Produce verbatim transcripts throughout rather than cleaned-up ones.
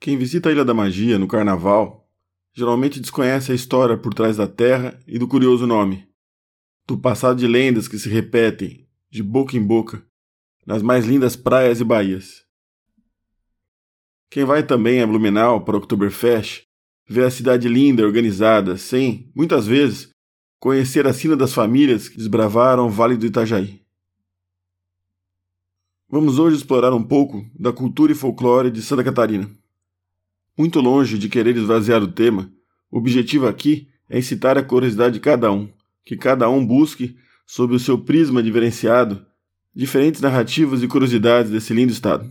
Quem visita a Ilha da Magia no Carnaval geralmente desconhece a história por trás da terra e do curioso nome, do passado de lendas que se repetem, de boca em boca, nas mais lindas praias e baías. Quem vai também a Blumenau para o Oktoberfest vê a cidade linda e organizada, sem, muitas vezes, conhecer a sina das famílias que desbravaram o Vale do Itajaí. Vamos hoje explorar um pouco da cultura e folclore de Santa Catarina. Muito longe de querer esvaziar o tema, o objetivo aqui é incitar a curiosidade de cada um, que cada um busque, sob o seu prisma diferenciado, diferentes narrativas e curiosidades desse lindo estado.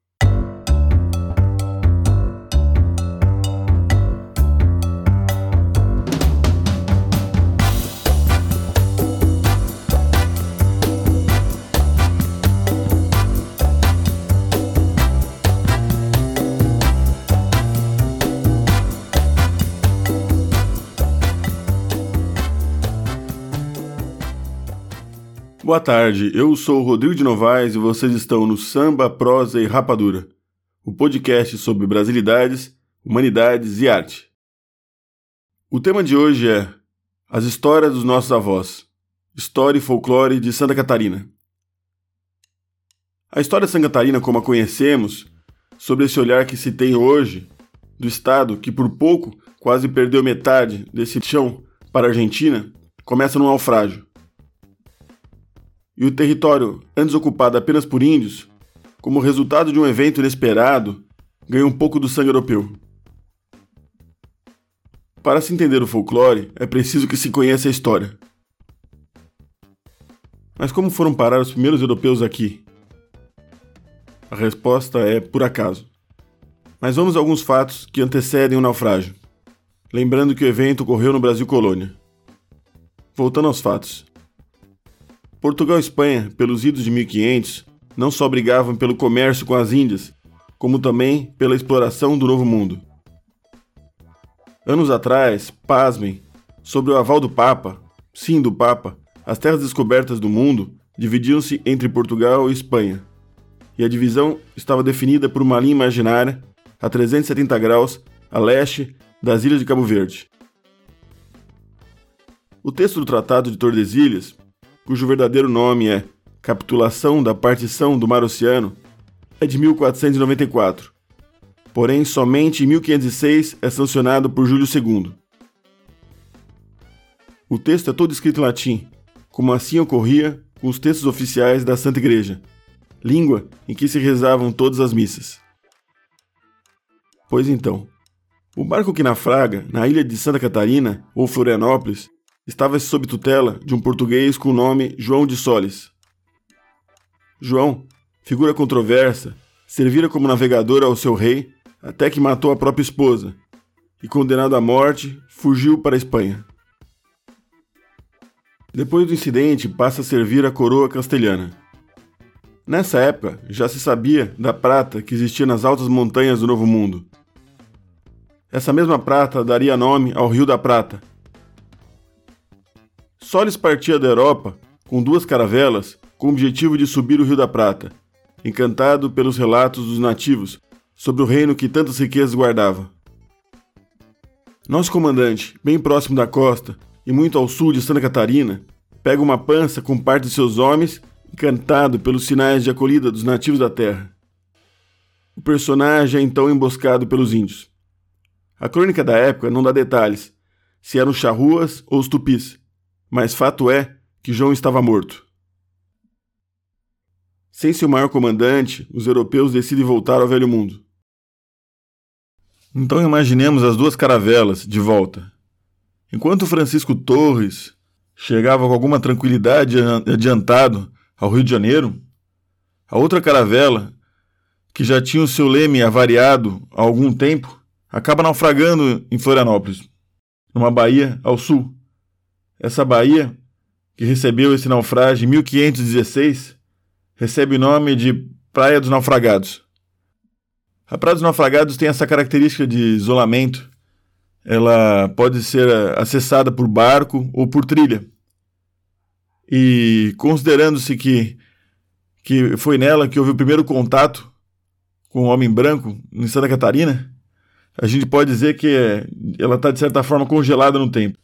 Boa tarde, eu sou o Rodrigo de Novaes e vocês estão no Samba, Prosa e Rapadura, o podcast sobre brasilidades, humanidades e arte. O tema de hoje é as histórias dos nossos avós, história e folclore de Santa Catarina. A história de Santa Catarina, como a conhecemos, sobre esse olhar que se tem hoje, do estado que por pouco quase perdeu metade desse chão para a Argentina, começa num naufrágio. E o território, antes ocupado apenas por índios, como resultado de um evento inesperado, ganha um pouco do sangue europeu. Para se entender o folclore, é preciso que se conheça a história. Mas como foram parar os primeiros europeus aqui? A resposta é por acaso. Mas vamos a alguns fatos que antecedem o naufrágio, lembrando que o evento ocorreu no Brasil Colônia. Voltando aos fatos. Portugal e Espanha, pelos idos de mil e quinhentos, não só brigavam pelo comércio com as Índias, como também pela exploração do Novo Mundo. Anos atrás, pasmem, sob o aval do Papa, sim do Papa, as terras descobertas do mundo dividiam-se entre Portugal e Espanha, e a divisão estava definida por uma linha imaginária a trezentos e setenta graus a leste das Ilhas de Cabo Verde. O texto do Tratado de Tordesilhas, cujo verdadeiro nome é Capitulação da Partição do Mar Oceano, é de mil quatrocentos e noventa e quatro, porém somente em mil quinhentos e seis é sancionado por Júlio segundo. O texto é todo escrito em latim, como assim ocorria com os textos oficiais da Santa Igreja, língua em que se rezavam todas as missas. Pois então, o barco que naufraga na ilha de Santa Catarina, ou Florianópolis, estava sob tutela de um português com o nome João de Solis. João, figura controversa, servira como navegador ao seu rei até que matou a própria esposa e, condenado à morte, fugiu para a Espanha. Depois do incidente, passa a servir a coroa castelhana. Nessa época, já se sabia da prata que existia nas altas montanhas do Novo Mundo. Essa mesma prata daria nome ao Rio da Prata. Solis partia da Europa com duas caravelas com o objetivo de subir o Rio da Prata, encantado pelos relatos dos nativos sobre o reino que tantas riquezas guardava. Nosso comandante, bem próximo da costa e muito ao sul de Santa Catarina, pega uma pança com parte de seus homens, encantado pelos sinais de acolhida dos nativos da terra. O personagem é então emboscado pelos índios. A crônica da época não dá detalhes, se eram os charruas ou os tupis, mas fato é que João estava morto. Sem seu maior comandante, os europeus decidem voltar ao Velho Mundo. Então imaginemos as duas caravelas de volta. Enquanto Francisco Torres chegava com alguma tranquilidade adiantado ao Rio de Janeiro, a outra caravela, que já tinha o seu leme avariado há algum tempo, acaba naufragando em Florianópolis, numa baía ao sul. Essa baía, que recebeu esse naufrágio em mil quinhentos e dezesseis, recebe o nome de Praia dos Naufragados. A Praia dos Naufragados tem essa característica de isolamento. Ela pode ser acessada por barco ou por trilha. E considerando-se que, que foi nela que houve o primeiro contato com o homem branco em Santa Catarina, a gente pode dizer que é, ela está, de certa forma, congelada no tempo.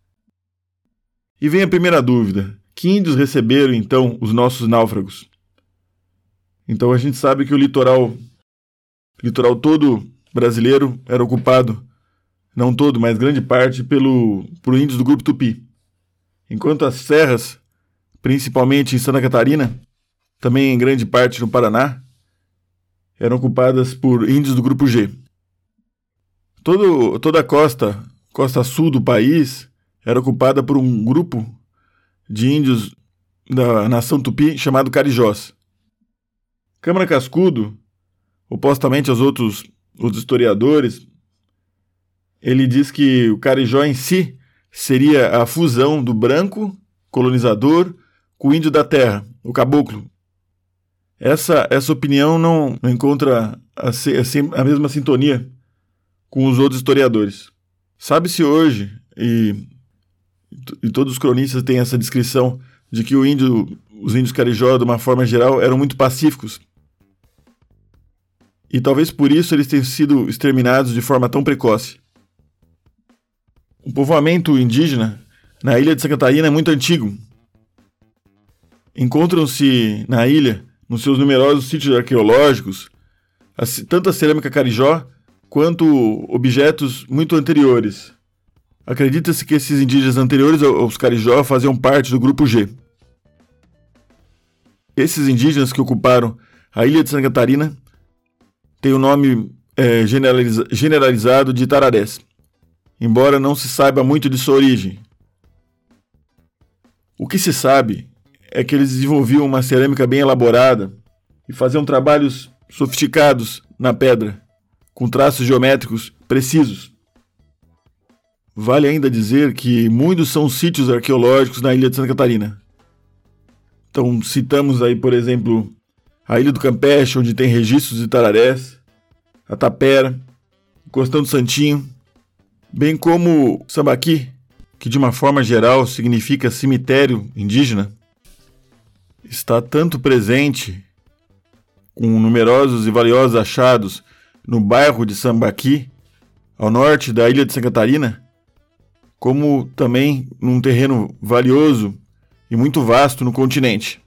E vem a primeira dúvida. Que índios receberam, então, os nossos náufragos? Então a gente sabe que o litoral, o litoral todo brasileiro era ocupado, não todo, mas grande parte, pelo, por índios do grupo Tupi. Enquanto as serras, principalmente em Santa Catarina, também em grande parte no Paraná, eram ocupadas por índios do grupo G. Todo, toda a costa, costa sul do país, era ocupada por um grupo de índios da nação Tupi chamado Carijós. Câmara Cascudo, opostamente aos outros, outros historiadores, ele diz que o Carijó em si seria a fusão do branco, colonizador, com o índio da terra, o caboclo. Essa, essa opinião não, não encontra a, a, a mesma sintonia com os outros historiadores. Sabe-se hoje, e, e todos os cronistas têm essa descrição, de que o índio, os índios Carijó, de uma forma geral, eram muito pacíficos. E talvez por isso eles tenham sido exterminados de forma tão precoce. O povoamento indígena na ilha de Santa Catarina é muito antigo. Encontram-se na ilha, nos seus numerosos sítios arqueológicos, tanto a cerâmica Carijó quanto objetos muito anteriores. Acredita-se que esses indígenas anteriores aos Carijó faziam parte do grupo G. Esses indígenas que ocuparam a ilha de Santa Catarina têm o nome é, generaliza- generalizado de Tararés, embora não se saiba muito de sua origem. O que se sabe é que eles desenvolviam uma cerâmica bem elaborada e faziam trabalhos sofisticados na pedra, com traços geométricos precisos. Vale ainda dizer que muitos são os sítios arqueológicos na ilha de Santa Catarina. Então citamos aí, por exemplo, a Ilha do Campeche, onde tem registros de Tararés, a Tapera, o Costão do Santinho, bem como Sambaqui, que de uma forma geral significa cemitério indígena, está tanto presente, com numerosos e valiosos achados no bairro de Sambaqui, ao norte da ilha de Santa Catarina, como também num terreno valioso e muito vasto no continente.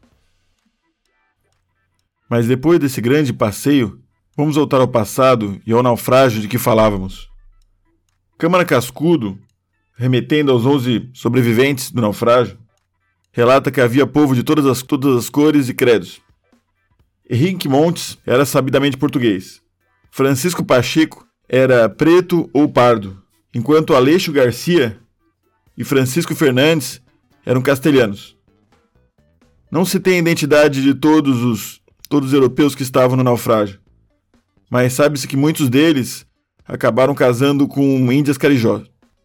Mas depois desse grande passeio, vamos voltar ao passado e ao naufrágio de que falávamos. Câmara Cascudo, remetendo aos onze sobreviventes do naufrágio, relata que havia povo de todas as, todas as cores e credos. Henrique Montes era sabidamente português. Francisco Pacheco era preto ou pardo, enquanto Aleixo Garcia e Francisco Fernandes eram castelhanos. Não se tem a identidade de todos os, todos os europeus que estavam no naufrágio, mas sabe-se que muitos deles acabaram casando com índias Carijó.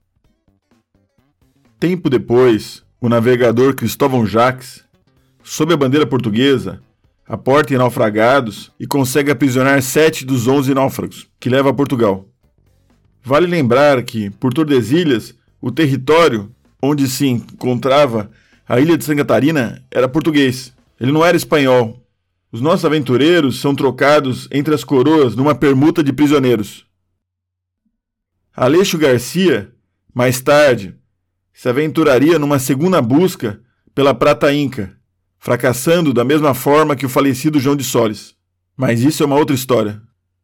Tempo depois, o navegador Cristóvão Jacques, sob a bandeira portuguesa, aporta em naufragados e consegue aprisionar sete dos onze náufragos, que leva a Portugal. Vale lembrar que, por Tordesilhas, o território onde se encontrava a ilha de Santa Catarina era português, ele não era espanhol. Os nossos aventureiros são trocados entre as coroas numa permuta de prisioneiros. Aleixo Garcia, mais tarde, se aventuraria numa segunda busca pela prata inca, fracassando da mesma forma que o falecido João de Solis. Mas isso é uma outra história.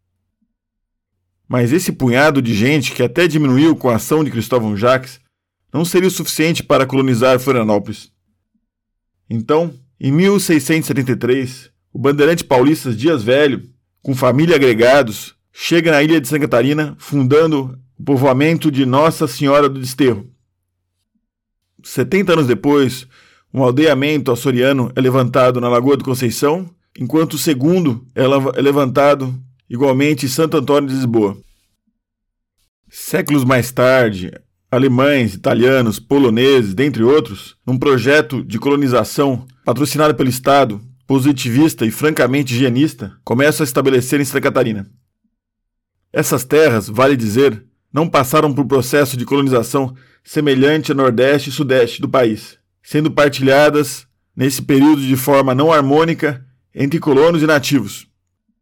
Mas esse punhado de gente que até diminuiu com a ação de Cristóvão Jacques não seria o suficiente para colonizar Florianópolis. Então, em mil seiscentos e setenta e três, o bandeirante paulista Dias Velho, com família e agregados, chega na ilha de Santa Catarina, fundando o povoamento de Nossa Senhora do Desterro. setenta anos depois, um aldeamento açoriano é levantado na Lagoa do Conceição, enquanto o segundo é levantado igualmente em Santo Antônio de Lisboa. Séculos mais tarde, alemães, italianos, poloneses, dentre outros, num projeto de colonização patrocinado pelo Estado, positivista e francamente higienista, começam a estabelecer em Santa Catarina. Essas terras, vale dizer, não passaram por processo de colonização semelhante a Nordeste e Sudeste do país, sendo partilhadas nesse período de forma não harmônica entre colonos e nativos.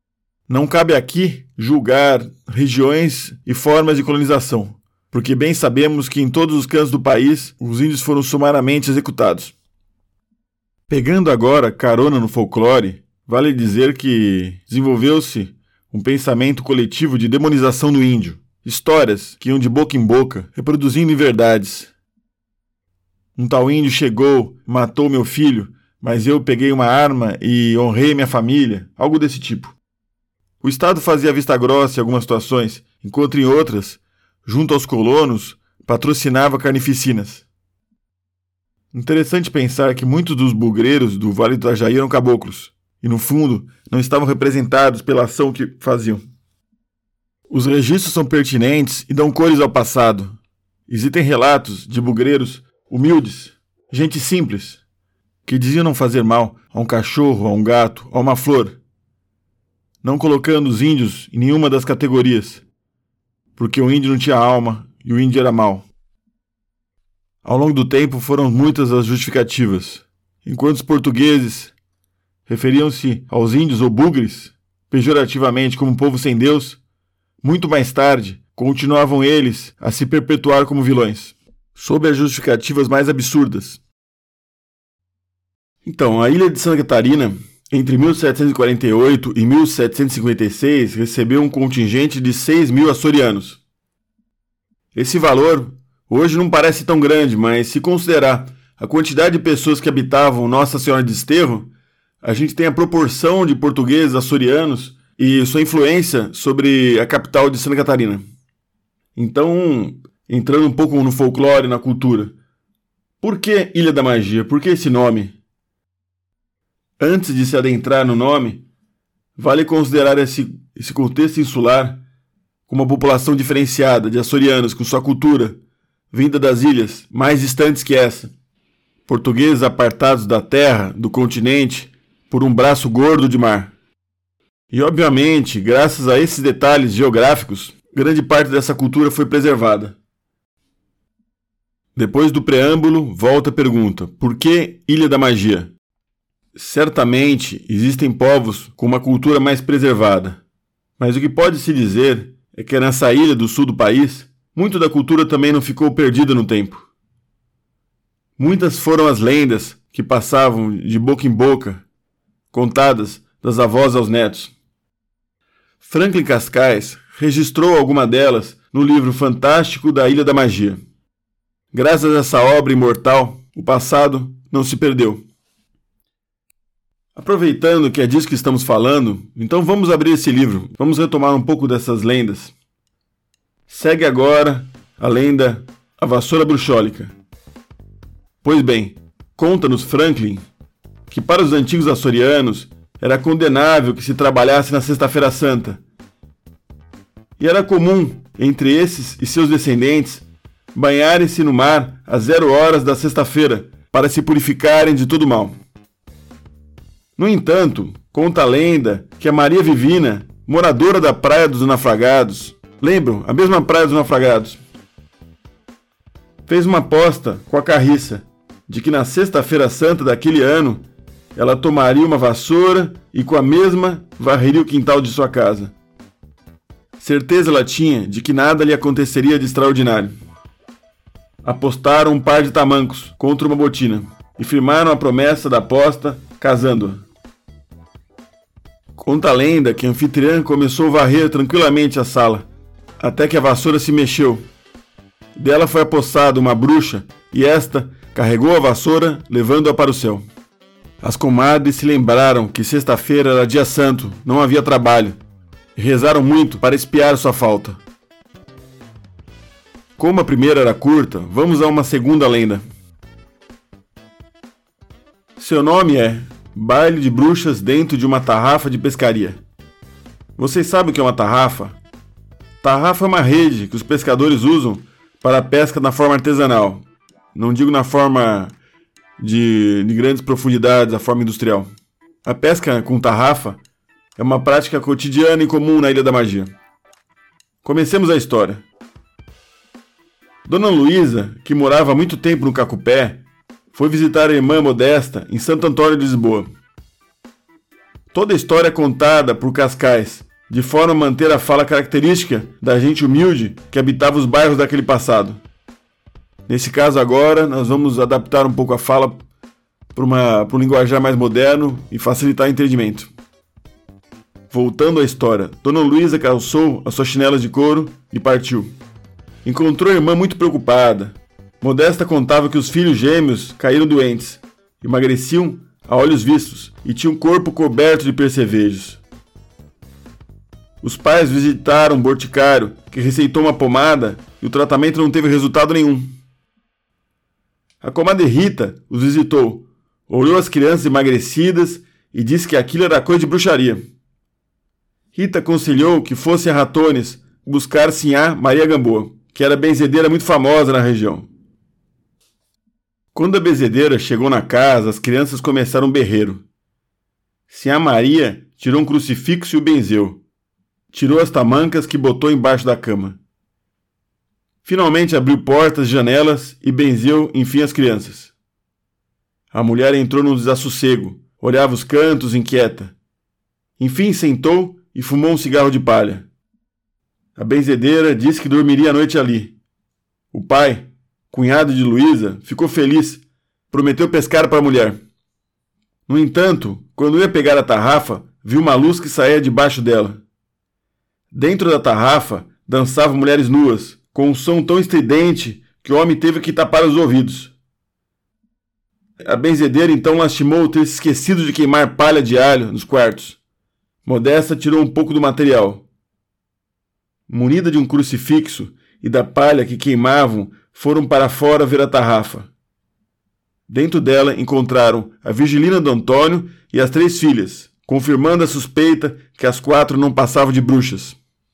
Não cabe aqui julgar regiões e formas de colonização, porque bem sabemos que em todos os cantos do país os índios foram sumariamente executados. Pegando agora carona no folclore, vale dizer que desenvolveu-se um pensamento coletivo de demonização do índio, histórias que iam de boca em boca, reproduzindo inverdades. Um tal índio chegou, matou meu filho, mas eu peguei uma arma e honrei minha família, algo desse tipo. O Estado fazia vista grossa em algumas situações, enquanto em outras, junto aos colonos, patrocinava carnificinas. Interessante pensar que muitos dos bugreiros do Vale do Itajaí eram caboclos, e no fundo não estavam representados pela ação que faziam. Os registros são pertinentes e dão cores ao passado. Existem relatos de bugreiros humildes, gente simples, que diziam não fazer mal a um cachorro, a um gato, a uma flor, não colocando os índios em nenhuma das categorias, porque o índio não tinha alma e o índio era mau. Ao longo do tempo foram muitas as justificativas. Enquanto os portugueses referiam-se aos índios ou bugres, pejorativamente como povo sem Deus, muito mais tarde continuavam eles a se perpetuar como vilões, sob as justificativas mais absurdas. Então, a ilha de Santa Catarina, entre mil setecentos e quarenta e oito e mil setecentos e cinquenta e seis, recebeu um contingente de seis mil açorianos. Esse valor hoje não parece tão grande, mas se considerar a quantidade de pessoas que habitavam Nossa Senhora de Desterro, a gente tem a proporção de portugueses açorianos e sua influência sobre a capital de Santa Catarina. Então, entrando um pouco no folclore, na cultura, por que Ilha da Magia? Por que esse nome? Antes de se adentrar no nome, vale considerar esse, esse contexto insular como uma população diferenciada de açorianos com sua cultura, vinda das ilhas mais distantes que essa. Portugueses apartados da terra, do continente, por um braço gordo de mar. E, obviamente, graças a esses detalhes geográficos, grande parte dessa cultura foi preservada. Depois do preâmbulo, volta a pergunta: por que Ilha da Magia? Certamente existem povos com uma cultura mais preservada, mas o que pode-se dizer é que nessa ilha do sul do país, muito da cultura também não ficou perdida no tempo. Muitas foram as lendas que passavam de boca em boca, contadas das avós aos netos. Franklin Cascais registrou alguma delas no livro fantástico da Ilha da Magia. Graças a essa obra imortal, o passado não se perdeu. Aproveitando que é disso que estamos falando, então vamos abrir esse livro, vamos retomar um pouco dessas lendas. Segue agora a lenda A Vassoura Bruxólica. Pois bem, conta-nos Franklin que para os antigos açorianos era condenável que se trabalhasse na Sexta-feira Santa. E era comum, entre esses e seus descendentes, banharem-se no mar às zero horas da sexta-feira para se purificarem de todo mal. No entanto, conta a lenda que a Maria Vivina, moradora da Praia dos Naufragados, lembram, a mesma Praia dos Naufragados, fez uma aposta com a carriça de que na Sexta-feira Santa daquele ano ela tomaria uma vassoura e com a mesma varreria o quintal de sua casa. Certeza ela tinha de que nada lhe aconteceria de extraordinário. Apostaram um par de tamancos contra uma botina e firmaram a promessa da aposta casando-a. Conta a lenda que a anfitriã começou a varrer tranquilamente a sala, até que a vassoura se mexeu. Dela foi apossada uma bruxa e esta carregou a vassoura, levando-a para o céu. As comadres se lembraram que sexta-feira era dia santo, não havia trabalho, e rezaram muito para expiar sua falta. Como a primeira era curta, vamos a uma segunda lenda. Seu nome é Baile de Bruxas dentro de uma tarrafa de pescaria. Vocês sabem o que é uma tarrafa? Tarrafa é uma rede que os pescadores usam para a pesca na forma artesanal. Não digo na forma de, de grandes profundidades, a forma industrial. A pesca com tarrafa é uma prática cotidiana e comum na Ilha da Magia. Comecemos a história. Dona Luísa, que morava há muito tempo no Cacupé, foi visitar a irmã Modesta em Santo Antônio de Lisboa. Toda a história é contada por Cascais, de forma a manter a fala característica da gente humilde que habitava os bairros daquele passado. Nesse caso agora, nós vamos adaptar um pouco a fala para um linguajar mais moderno e facilitar o entendimento. Voltando à história, Dona Luísa calçou as suas chinelas de couro e partiu. Encontrou a irmã muito preocupada. Modesta contava que os filhos gêmeos caíram doentes, emagreciam a olhos vistos e tinham o corpo coberto de percevejos. Os pais visitaram um boticário que receitou uma pomada e o tratamento não teve resultado nenhum. A comadre Rita os visitou, olhou as crianças emagrecidas e disse que aquilo era coisa de bruxaria. Rita aconselhou que fosse a Ratones buscar Sinhá Maria Gamboa, que era benzedeira muito famosa na região. Quando a benzedeira chegou na casa, as crianças começaram um berreiro. Sinhá Maria tirou um crucifixo e o benzeu. Tirou as tamancas que botou embaixo da cama. Finalmente abriu portas e janelas e benzeu, enfim, as crianças. A mulher entrou num desassossego, olhava os cantos inquieta. Enfim, sentou e fumou um cigarro de palha. A benzedeira disse que dormiria a noite ali. O pai, cunhado de Luísa, ficou feliz, prometeu pescar para a mulher. No entanto, quando ia pegar a tarrafa, viu uma luz que saía debaixo dela. Dentro da tarrafa, dançavam mulheres nuas, com um som tão estridente que o homem teve que tapar os ouvidos. A benzedeira então lastimou ter se esquecido de queimar palha de alho nos quartos. Modesta tirou um pouco do material. Munida de um crucifixo e da palha que queimavam, foram para fora ver a tarrafa. Dentro dela encontraram a Virgilina do Antônio e as três filhas, confirmando a suspeita que as quatro não passavam de bruxas.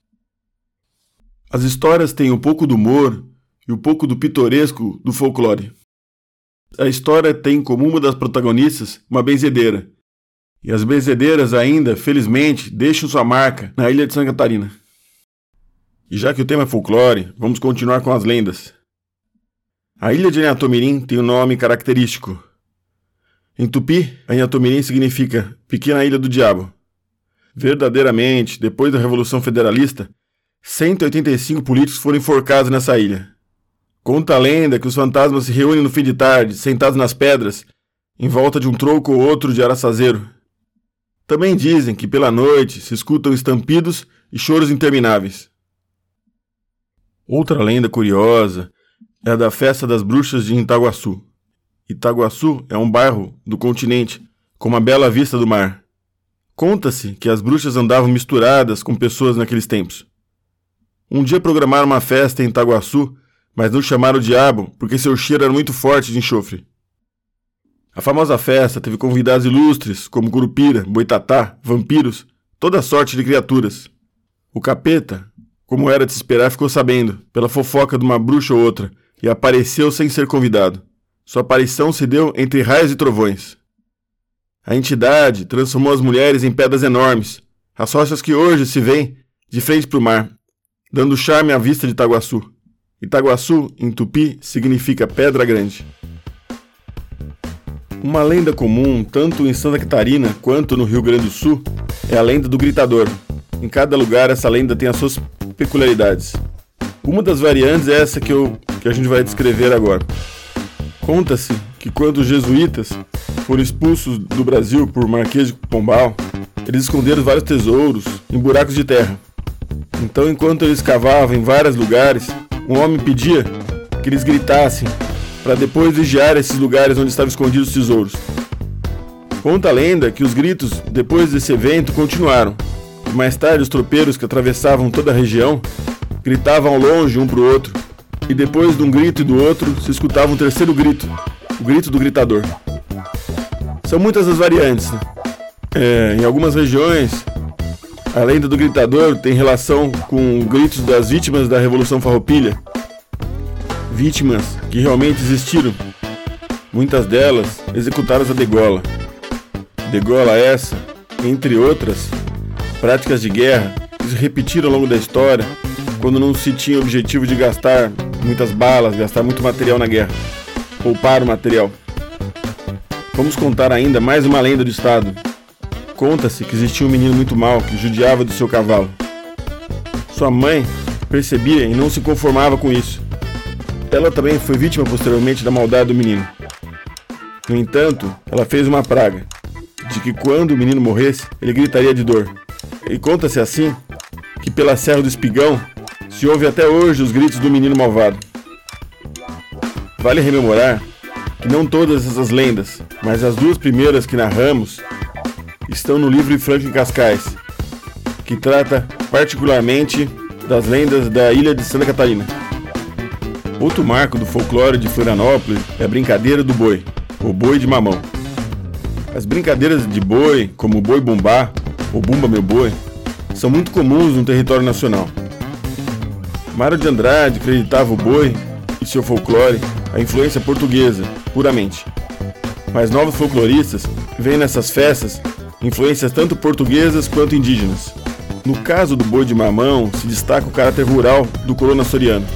As histórias têm um pouco do humor e um pouco do pitoresco do folclore. A história tem como uma das protagonistas uma benzedeira, e as benzedeiras ainda, felizmente, deixam sua marca na ilha de Santa Catarina. E já que o tema é folclore, vamos continuar com as lendas. A ilha de Anhatomirim tem um nome característico. Em Tupi, Anhatomirim significa Pequena Ilha do Diabo. Verdadeiramente, depois da Revolução Federalista, cento e oitenta e cinco políticos foram enforcados nessa ilha. Conta a lenda que os fantasmas se reúnem no fim de tarde, sentados nas pedras, em volta de um tronco ou outro de araçazeiro. Também dizem que pela noite se escutam estampidos e choros intermináveis. Outra lenda curiosa é a da festa das bruxas de Itaguaçu. Itaguaçu é um bairro do continente com uma bela vista do mar. Conta-se que as bruxas andavam misturadas com pessoas naqueles tempos. Um dia programaram uma festa em Itaguaçu, mas não chamaram o diabo porque seu cheiro era muito forte de enxofre. A famosa festa teve convidados ilustres como curupira, boitatá, vampiros, toda sorte de criaturas. O capeta, como era de se esperar, ficou sabendo, pela fofoca de uma bruxa ou outra, e apareceu sem ser convidado. Sua aparição se deu entre raios e trovões. A entidade transformou as mulheres em pedras enormes, as rochas que hoje se veem de frente para o mar, dando charme à vista de Itaguaçu. Itaguaçu, em Tupi, significa pedra grande. Uma lenda comum, tanto em Santa Catarina quanto no Rio Grande do Sul, é a lenda do gritador. Em cada lugar, essa lenda tem as suas peculiaridades. Uma das variantes é essa que, eu, que a gente vai descrever agora. Conta-se que quando os jesuítas foram expulsos do Brasil por Marquês de Pombal, eles esconderam vários tesouros em buracos de terra. Então, enquanto eles cavavam em vários lugares, um homem pedia que eles gritassem para depois vigiar esses lugares onde estavam escondidos os tesouros. Conta a lenda que os gritos, depois desse evento, continuaram. E mais tarde, os tropeiros que atravessavam toda a região gritavam ao longe um para o outro, e depois de um grito e do outro, se escutava um terceiro grito, o grito do gritador. São muitas as variantes. É, em algumas regiões, a lenda do gritador tem relação com gritos das vítimas da Revolução Farroupilha. Vítimas que realmente existiram. Muitas delas executadas a degola. Degola essa, entre outras, práticas de guerra que se repetiram ao longo da história quando não se tinha o objetivo de gastar muitas balas, gastar muito material na guerra. Poupar o material. Vamos contar ainda mais uma lenda do estado. Conta-se que existia um menino muito mau que judiava do seu cavalo. Sua mãe percebia e não se conformava com isso. Ela também foi vítima posteriormente da maldade do menino. No entanto, ela fez uma praga, de que quando o menino morresse, ele gritaria de dor. E conta-se assim, que pela Serra do Espigão, se ouve até hoje os gritos do menino malvado. Vale rememorar que não todas essas lendas, mas as duas primeiras que narramos, estão no livro de Franklin Cascais, que trata particularmente das lendas da ilha de Santa Catarina. Outro marco do folclore de Florianópolis é a brincadeira do boi, o boi de mamão. As brincadeiras de boi, como o boi bumbá ou bumba meu boi, são muito comuns no território nacional. Mário de Andrade acreditava o boi e seu folclore a influência portuguesa, puramente. Mas novos folcloristas veem nessas festas influências tanto portuguesas quanto indígenas. No caso do boi de mamão, se destaca o caráter rural do colono açoriano.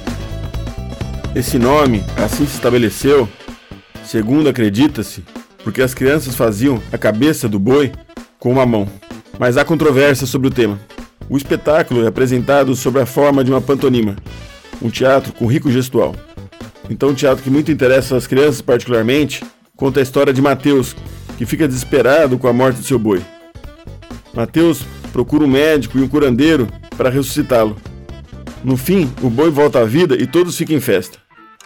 Esse nome assim se estabeleceu, segundo acredita-se, porque as crianças faziam a cabeça do boi com uma mão. Mas há controvérsia sobre o tema. O espetáculo é apresentado sob a forma de uma pantomima, um teatro com rico gestual. Então, um teatro que muito interessa as crianças particularmente, conta a história de Mateus, que fica desesperado com a morte de seu boi. Mateus procura um médico e um curandeiro para ressuscitá-lo. No fim, o boi volta à vida e todos ficam em festa.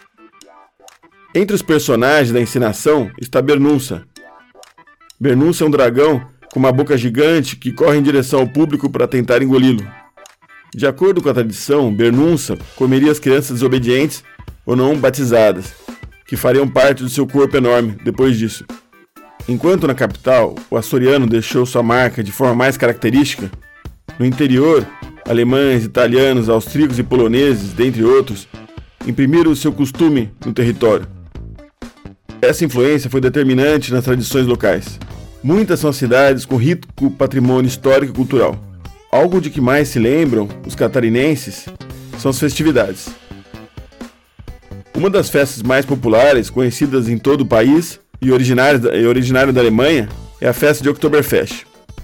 Entre os personagens da encenação está Bernunça. Bernunça é um dragão com uma boca gigante que corre em direção ao público para tentar engoli-lo. De acordo com a tradição, Bernunça comeria as crianças desobedientes ou não batizadas, que fariam parte do seu corpo enorme depois disso. Enquanto na capital o açoriano deixou sua marca de forma mais característica, no interior, alemães, italianos, austríacos e poloneses, dentre outros, imprimiram o seu costume no território. Essa influência foi determinante nas tradições locais. Muitas são as cidades com rico patrimônio histórico e cultural. Algo de que mais se lembram os catarinenses são as festividades. Uma das festas mais populares, conhecidas em todo o país e originário da Alemanha, é a festa de Oktoberfest.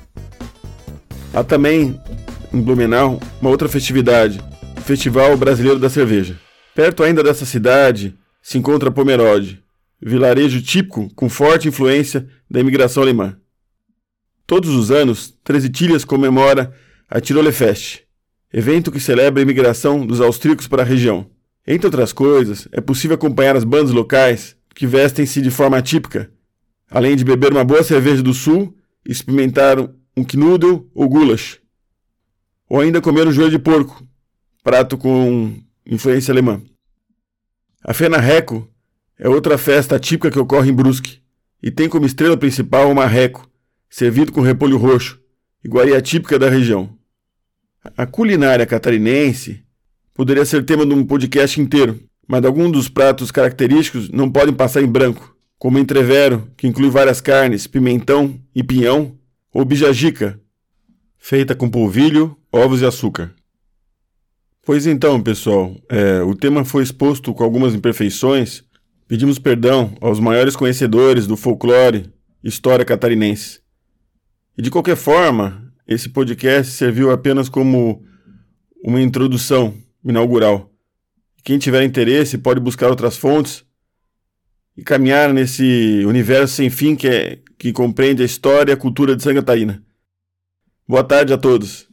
Há também, em Blumenau, uma outra festividade, o Festival Brasileiro da Cerveja. Perto ainda dessa cidade se encontra Pomerode, vilarejo típico com forte influência da imigração alemã. Todos os anos, Treze-Tilhas comemora a Tirolefest, evento que celebra a imigração dos austríacos para a região. Entre outras coisas, é possível acompanhar as bandas locais que vestem-se de forma típica, além de beber uma boa cerveja do sul e experimentar um knudel ou goulash, ou ainda comer um joelho de porco, prato com influência alemã. A Fenarreco é outra festa típica que ocorre em Brusque, e tem como estrela principal o marreco, servido com repolho roxo, iguaria típica da região. A culinária catarinense poderia ser tema de um podcast inteiro, mas alguns dos pratos característicos não podem passar em branco, como entrevero, que inclui várias carnes, pimentão e pinhão, ou bijagica, feita com polvilho, ovos e açúcar. Pois então, pessoal, é, o tema foi exposto com algumas imperfeições. Pedimos perdão aos maiores conhecedores do folclore e história catarinense. E de qualquer forma, esse podcast serviu apenas como uma introdução inaugural. Quem tiver interesse pode buscar outras fontes e caminhar nesse universo sem fim que, é, que compreende a história e a cultura de Santa Catarina. Boa tarde a todos.